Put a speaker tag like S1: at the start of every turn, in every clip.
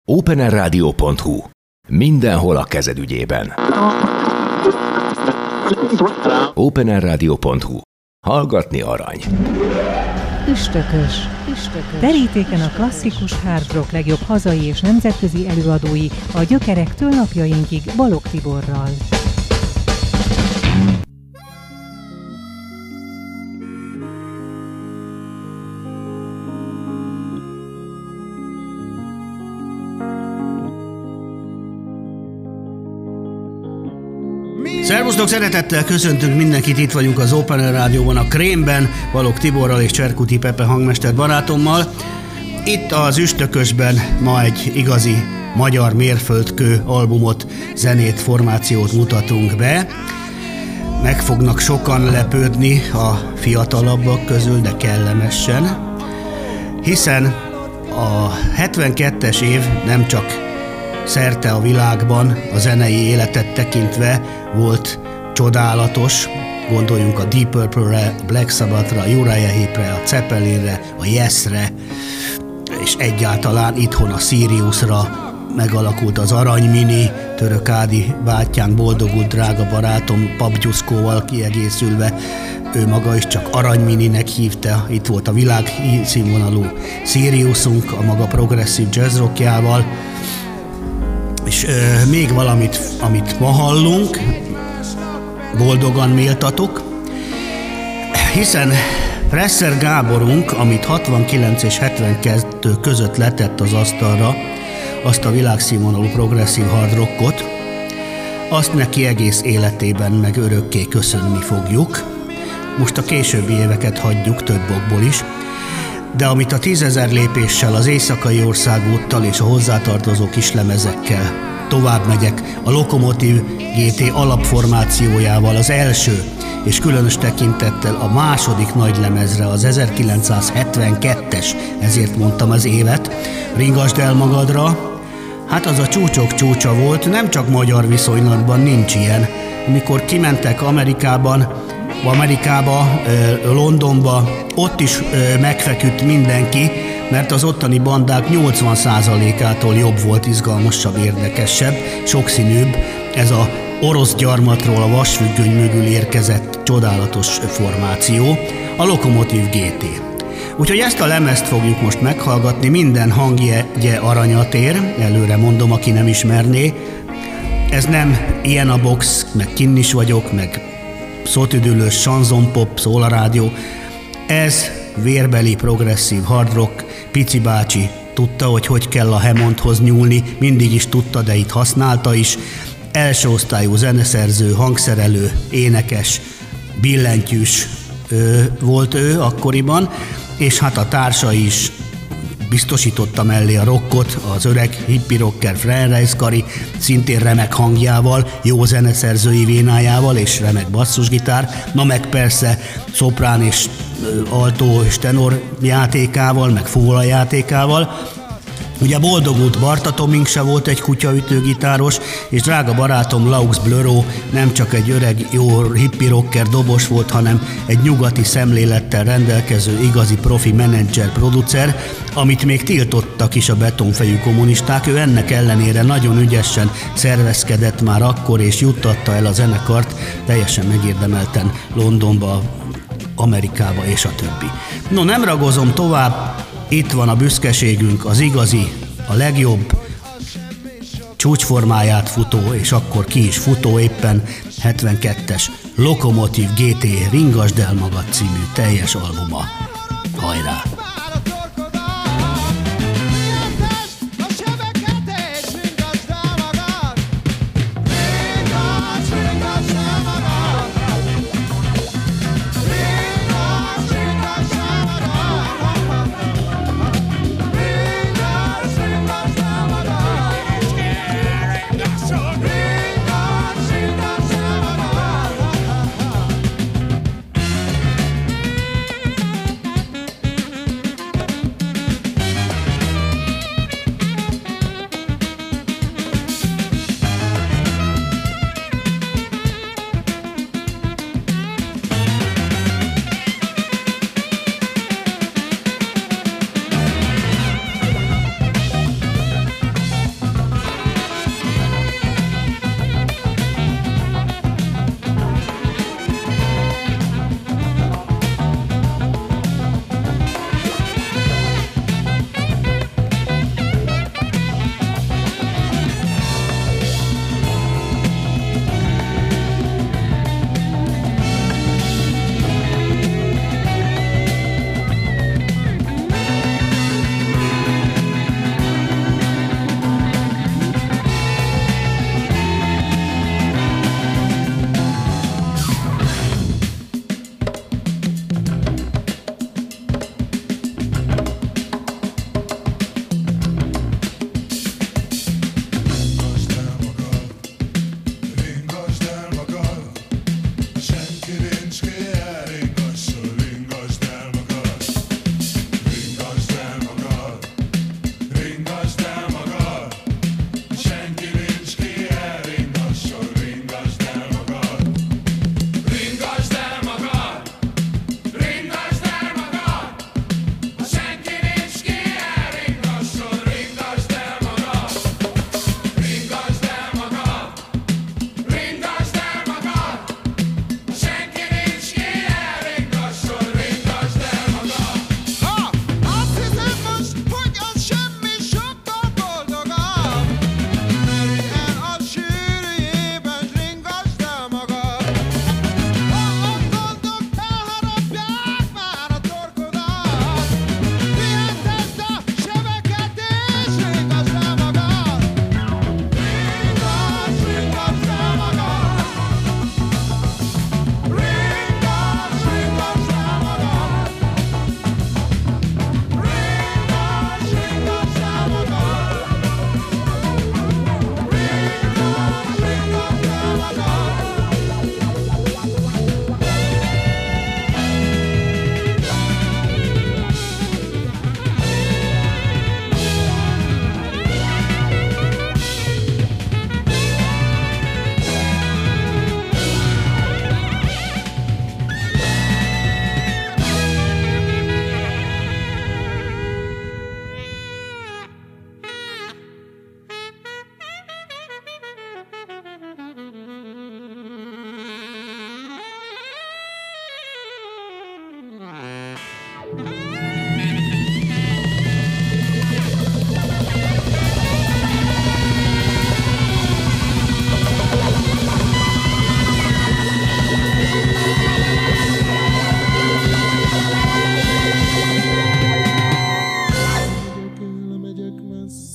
S1: openerradio.hu. Mindenhol a kezed ügyében. openerradio.hu. Hallgatni arany.
S2: Üstökös. Terítéken a klasszikus hard rock legjobb hazai és nemzetközi előadói a gyökerektől napjainkig Balogh Tiborral.
S3: Szervusztok, szeretettel köszöntünk mindenkit, itt vagyunk az Opener Rádióban, a Krémben, Balogh Tiborral és Cserkuti Pepe hangmester barátommal. Itt az Üstökösben ma egy igazi magyar mérföldkő albumot, zenét, formációt mutatunk be. Meg fognak sokan lepődni a fiatalabbak közül, de kellemesen, hiszen a 72-es év nem csak szerte a világban a zenei életet tekintve volt csodálatos. Gondoljunk a Deep Purple-re, Black Sabbath-ra, a Uriah Heep-re, a Zeppelinre, a Yes-re, és egyáltalán itthon a Siriusra megalakult az Arany Mini, Török Ádi bátyánk, boldogult drága barátom, Papgyuszkóval kiegészülve, ő maga is csak Arany Mininek hívta, itt volt a világ színvonalú Siriusunk, a maga progresszív jazz rockjával. És még valamit, amit ma hallunk, boldogan méltatok, hiszen Presser Gáborunk, amit 69 és 72 között letett az asztalra, azt a világszínvonalú progresszív hard rockot, azt neki egész életében meg örökké köszönni fogjuk. Most a későbbi éveket hagyjuk több okból is, de amit a 10 000 lépéssel, az Éjszakai Országúttal és a hozzátartozó kislemezekkel tovább megyek, a Lokomotív GT alapformációjával az első, és különös tekintettel a második nagylemezre, az 1972-es, ezért mondtam az évet, Ringasd el magadra, hát az a csúcsok csúcsa volt, nem csak magyar viszonylatban, nincs ilyen. Amikor kimentek Amerikába, Londonba, ott is megfeküdt mindenki, mert az ottani bandák 80%-ától jobb volt, izgalmasabb, érdekesebb, sokszínűbb. Ez a orosz gyarmatról a vasfüggöny mögül érkezett csodálatos formáció, a Lokomotív GT. Úgyhogy ezt a lemezt fogjuk most meghallgatni, minden hangjegye aranyat ér, előre mondom, aki nem ismerné. Ez nem ilyen a box, meg kinn is vagyok, meg szótüdülős sanzonpop, szól a rádió. Ez vérbeli, progresszív hard rock. Pici bácsi tudta, hogy kell a Hammondhoz nyúlni, mindig is tudta, de itt használta is. Első osztályú zeneszerző, hangszerelő, énekes, billentyűs volt ő akkoriban, és hát a társa is biztosította mellé a rockot, az öreg hippi rocker Fran Reiskari, szintén remek hangjával, jó zeneszerzői vénájával és remek basszusgitár, na meg persze szoprán és altó és tenor játékával, meg fúvola játékával. Ugye boldogult Barta Tomink se volt egy kutyaütőgitáros, és drága barátom Laux Blöro nem csak egy öreg, jó hippi rocker dobos volt, hanem egy nyugati szemlélettel rendelkező igazi profi menedzser, producer, amit még tiltottak is a betonfejű kommunisták. Ő ennek ellenére nagyon ügyesen szervezkedett már akkor, és juttatta el a zenekart teljesen megérdemelten Londonba, Amerikába és a többi. No, nem ragozom tovább. Itt van a büszkeségünk, az igazi, a legjobb csúcsformáját futó, és akkor ki is futó éppen, 72-es Lokomotív GT Ringasd el magad című teljes albuma. Hajrá!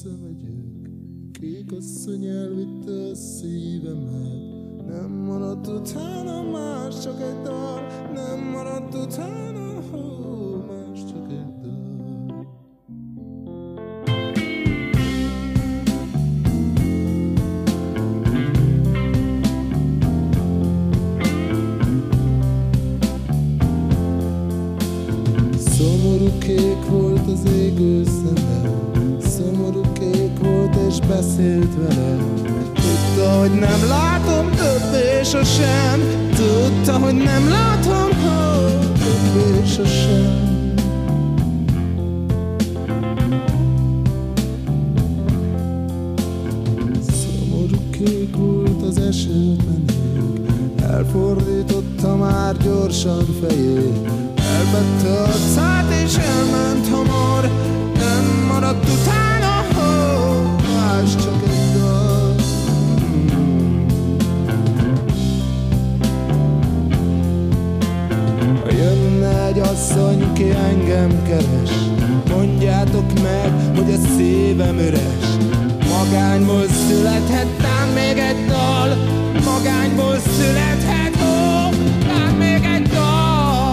S4: megyek, kék asszony elvitte a szívemet. Nem maradt utána más, csak egy dal. Nem maradt utána, más, csak egy dal. Szomorú kék volt az égő szeme, szomorú kék volt és beszélt velem. Tudta, hogy nem látom többé sosem, tudta, hogy nem látom többé sosem. Szomorú kék volt az esőpenég, elfordította már gyorsan fejét. Elvette arcát és elment hamar, nem maradt utána, más csak egy dal. Ha jönne egy asszony, ki engem keres, mondjátok meg, hogy a szívem üres. Magányból születhettem még egy dal, magányból születhet, talán még egy dal.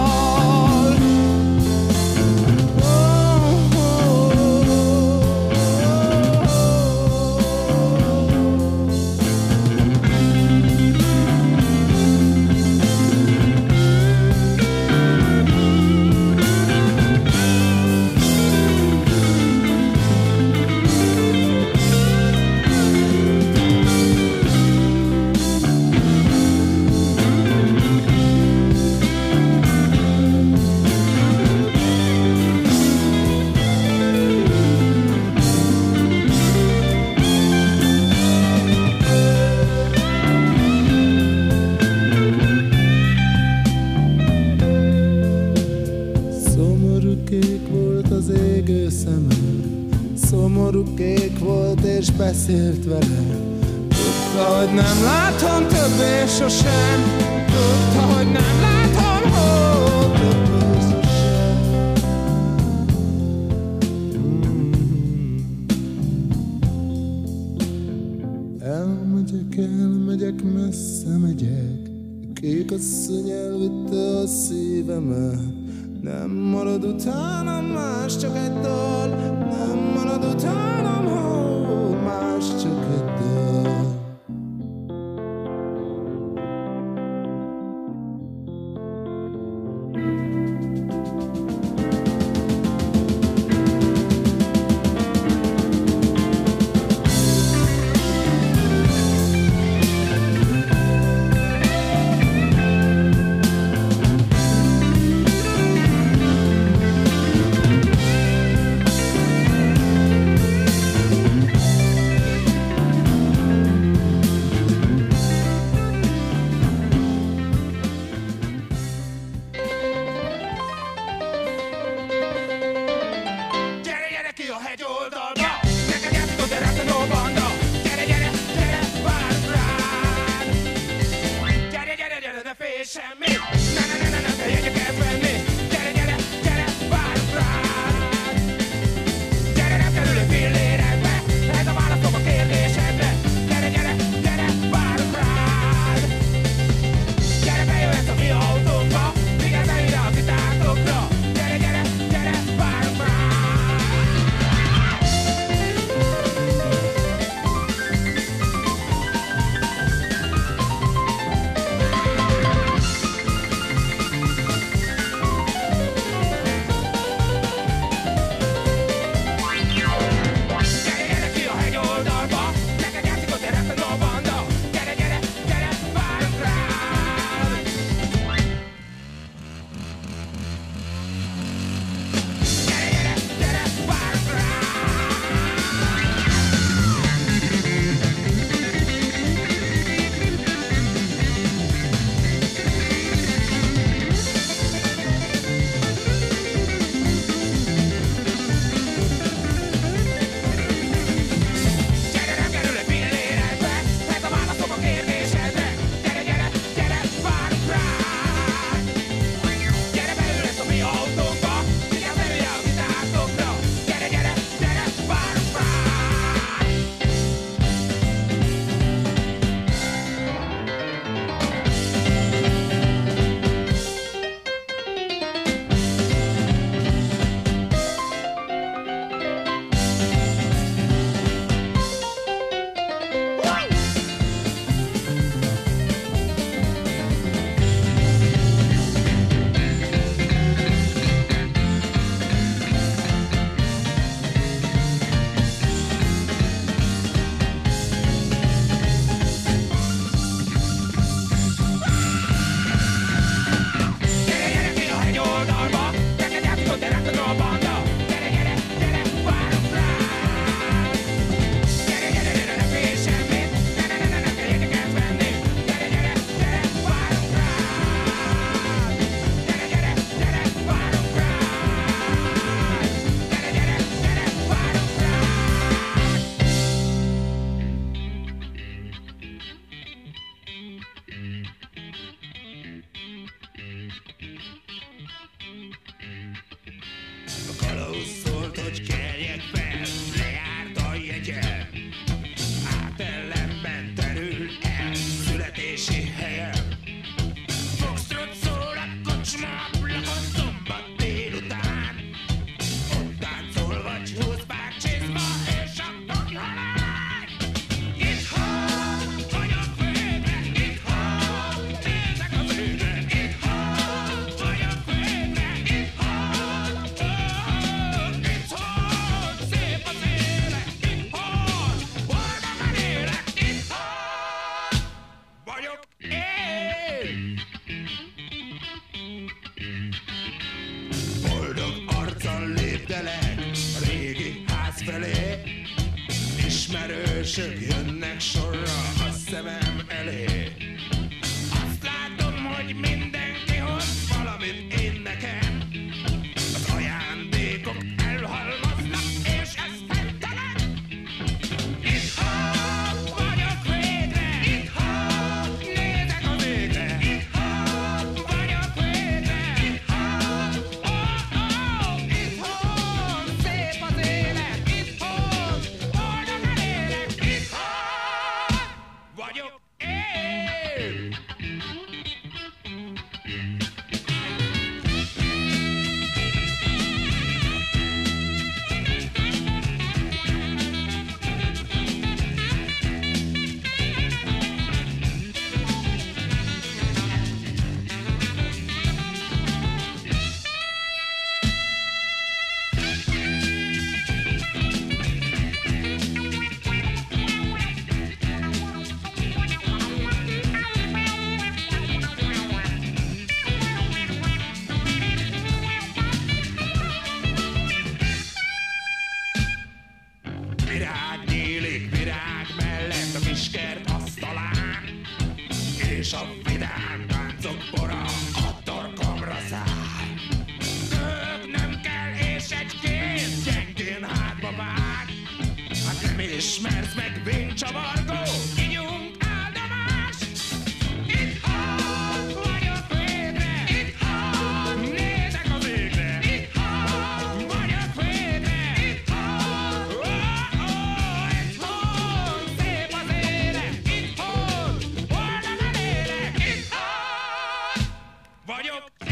S4: Szomorú kék volt és beszélt vele. Tudta, hogy nem látom többé sosem, tudta, hogy nem látom többé sosem. Elmegyek, messze megyek, kék asszony elvitte a szívemet. Nem marad utána más, csak egy dal. Nem marad utána más, csak egy dal. hősök jönnek sorra a szemem elé. Azt látom, hogy mindenki hoz valamit én nekem. Az ajándékok elhalmaznak, és ez helytelen. Itthon vagyok végre, itthon nézek az égre, itthon vagyok végre, itthon, itthon szép az élet, itthon boldogan élek, itthon vagyok én. Virág nyílik virág mellett a kiskert asztalán, és a vidám táncok bora a torkomra száll. Köhög nem kell, és egy kéz gyengén hátba vág. Hát nem ismersz meg vénycsavargó, ígyunk áldomást. Itthon vagyok végre, itthon nézek az égre, itthon vagyok végre, itthon, itthon szép az élet, itthon boldogan élek, itthon vagyok én.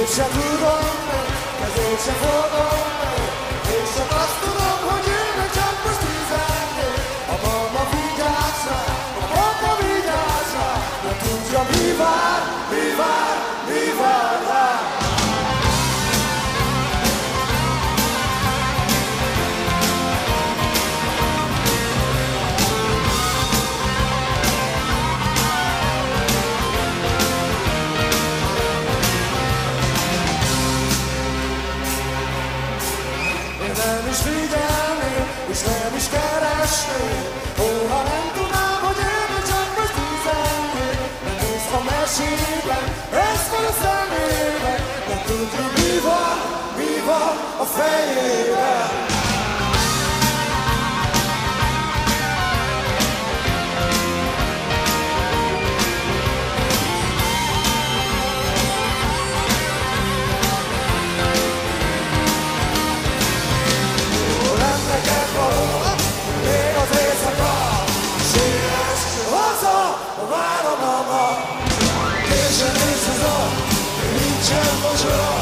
S4: Nevét se tudom meg, kezét se fogom meg, és csak azt tudom, hogy ő meg csak most 14. A mama vigyázz rá, a papa vigyázz rá, nem tudja mi vár, mi vár, mi vár rá. Nem is figyelnék, és nem is keresnék, ha nem tudnám, hogy én csak most 14. Nem néz a mesében, ez van a szemében, nem tudja mi van a fejében. Még az éjszaka, siess haza, vár a mama. Későn nézz haza, nincsen mocsora.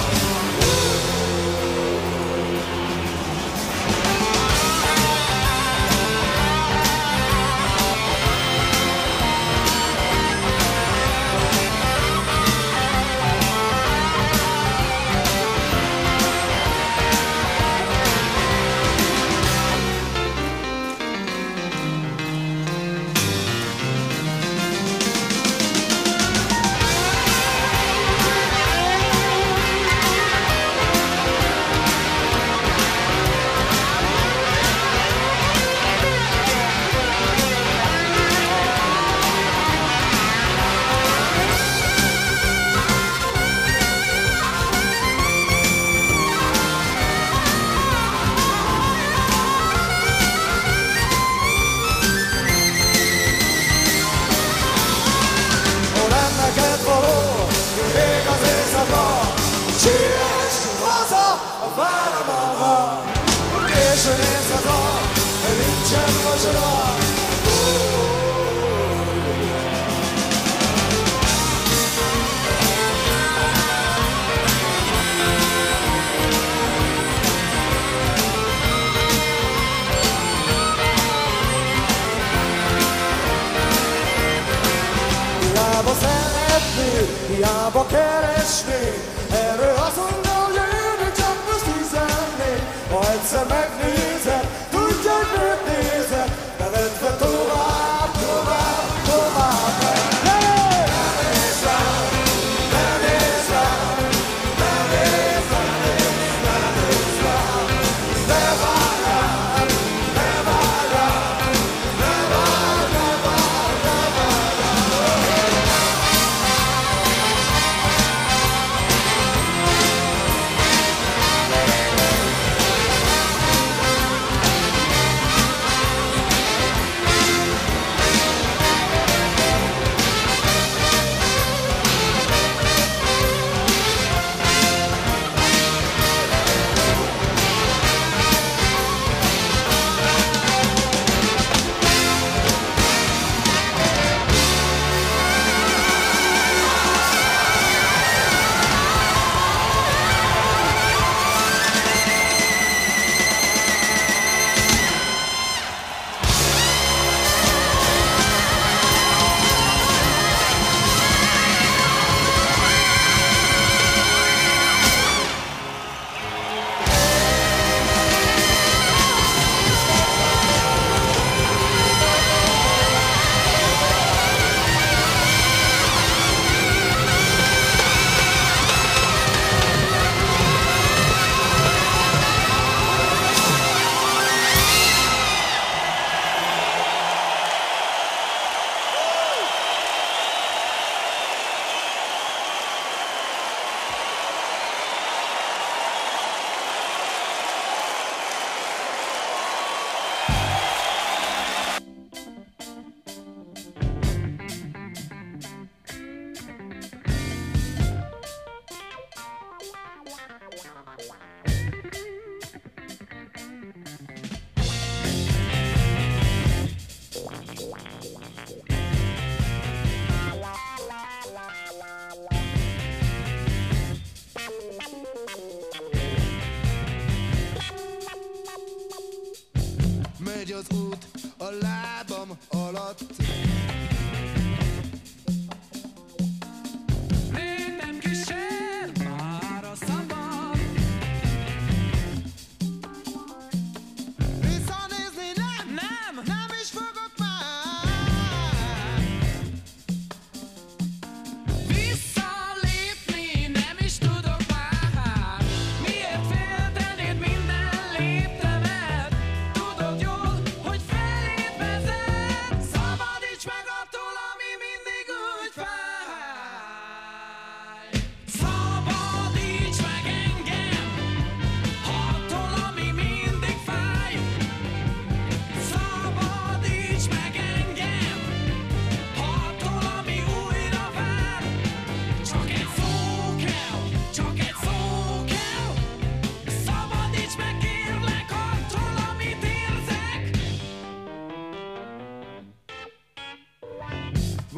S4: Hiába szeretnék, hiába keresnék, erről azt mondja, hogy én csak most 14. Ha egyszer megnézed, tudja, hogy miért nézed, nevetve tovább, tovább, tovább. Ne nézz rám, ne nézz rám, ne nézz rám, ne nézz rám, ne várj rám, ne várj rám, ne várj, ne várj, ne várj rám.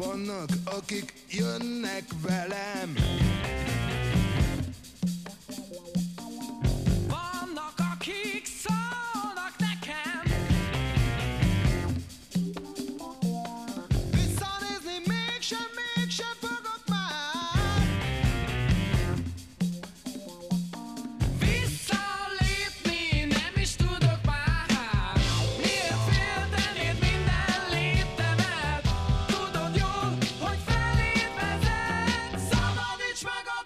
S4: vannak, akik jönnek velem.
S5: Vannak, akik szólnak nekem.
S4: Visszanézni mégsem fogok már.
S5: Visszalépni nem is tudok már. Miért féltenéd minden léptemet? Tudod jól, hogy feléd vezet. Szabadíts meg a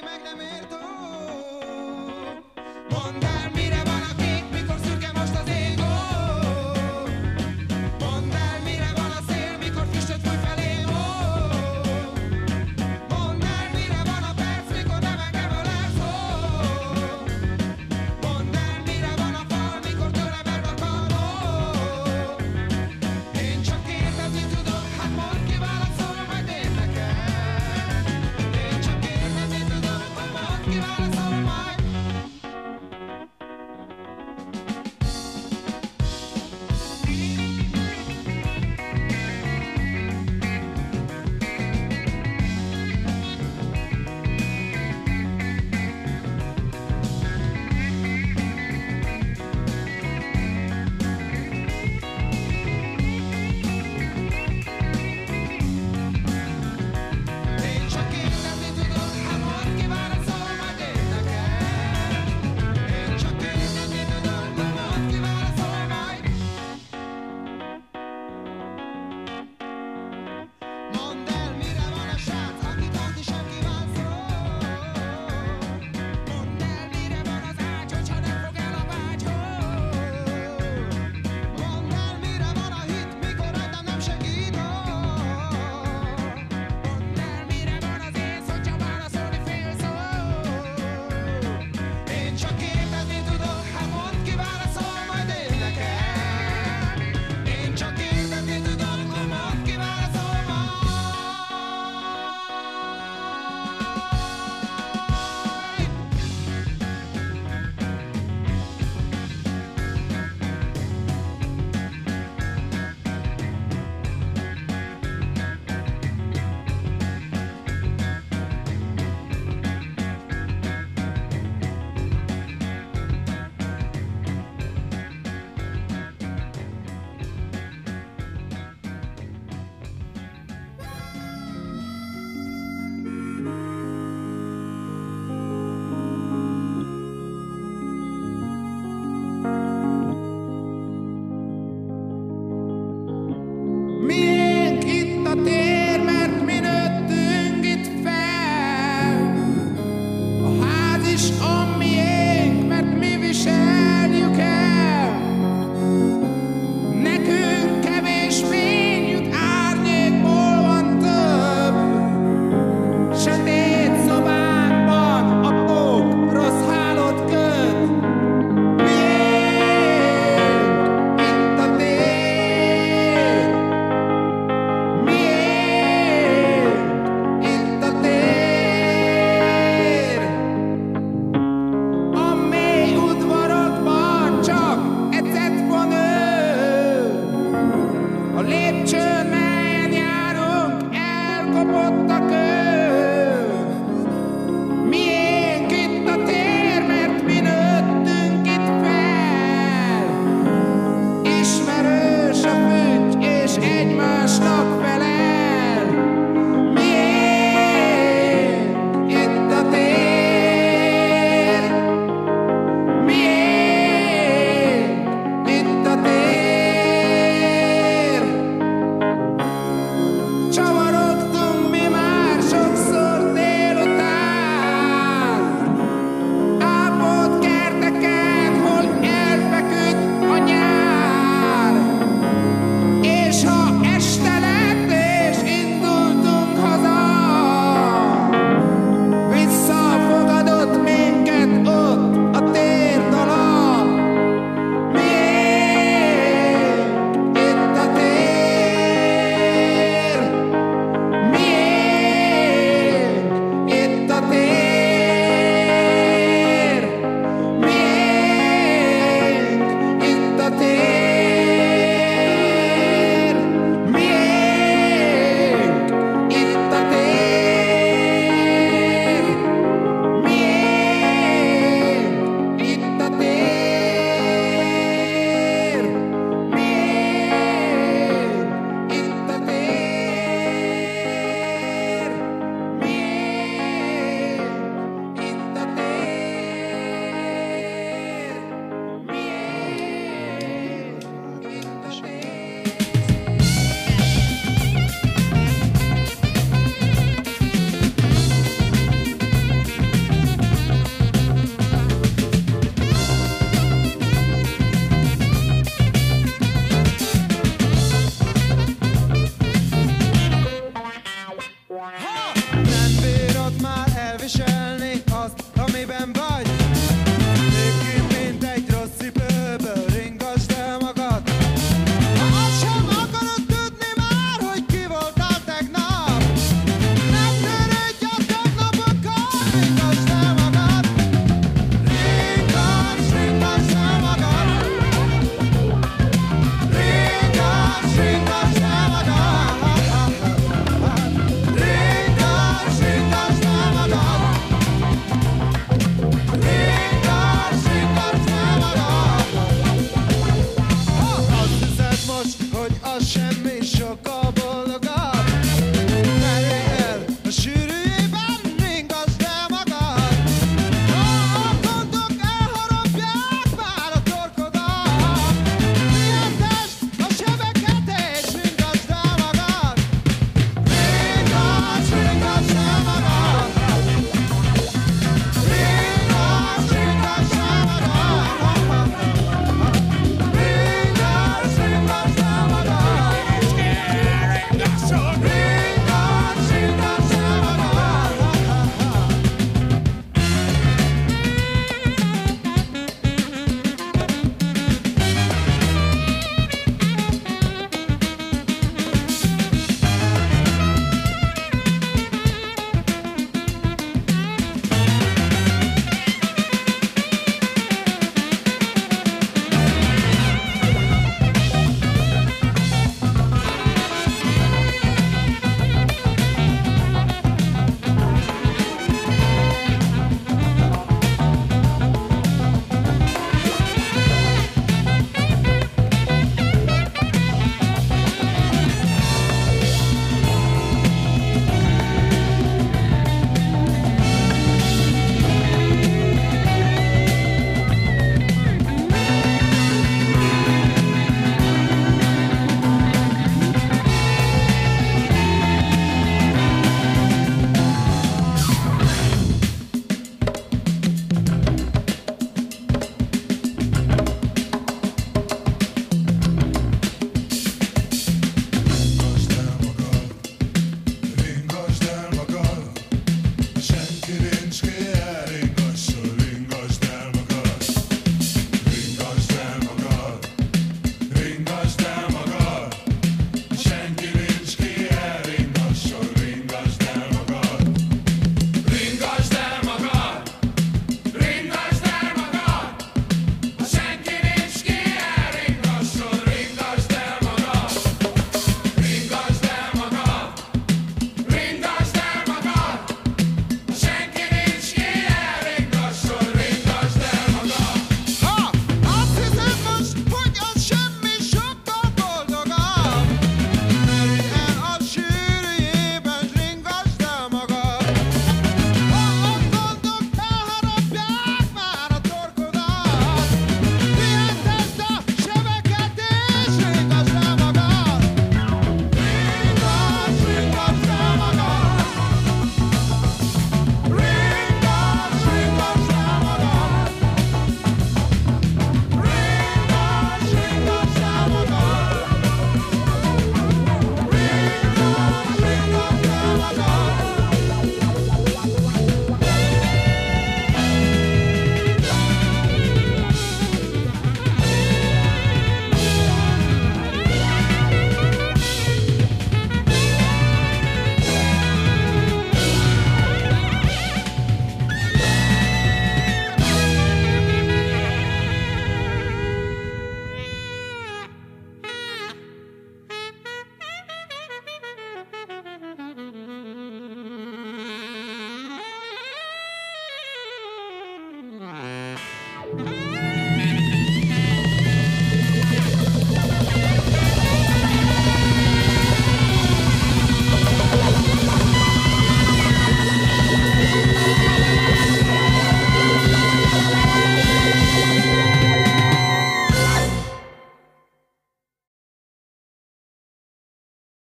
S4: meg nem értő. Mondd el, mire van a kék, mikor szürke most az ég, ó. Mondd el, mire van a szél, mikor füstöt fúj felé, ó. Mondd el, mire van a perc, mikor nem engem ölelsz, ó. Mondd el, mire van a fal, mikor tőlem elvakad, ó. Én csak kérdezni tudok, hát mondd ki, válaszol majd én nekem. Én csak kérdezni tudok, hát mondd ki, válaszol majd. Én csak kérdezni tudok, hát mondd ki, válaszol majd én nekem. Én csak kérdezni tudok, hát mondd ki, válaszol majd. Mondd el, mire van a srác, akit adni sem kívánsz, ó. Mondd el, mire van az ágy, hogyha nem fog el a vágy, ó. Mondd el, mire van a hit, mikor rajtam nem segít, ó. Mondd el, mire van az ész, hogyha válaszolni félsz, ó. Én csak kérdezni tudok, hát mondd ki, válaszol majd én nekem. Én csak kérdezni tudok, ha mondd ki, válaszol majd. Miénk itt a tér, mert mi nőttünk itt fel. A ház is a miénk, mert mi viseljük el. Nekünk kevés fény jut, árnyékból van több. Sötét szobánkban a pók rossz hálót köt. Miénk itt a tér. Miénk itt a tér. amiben vagy.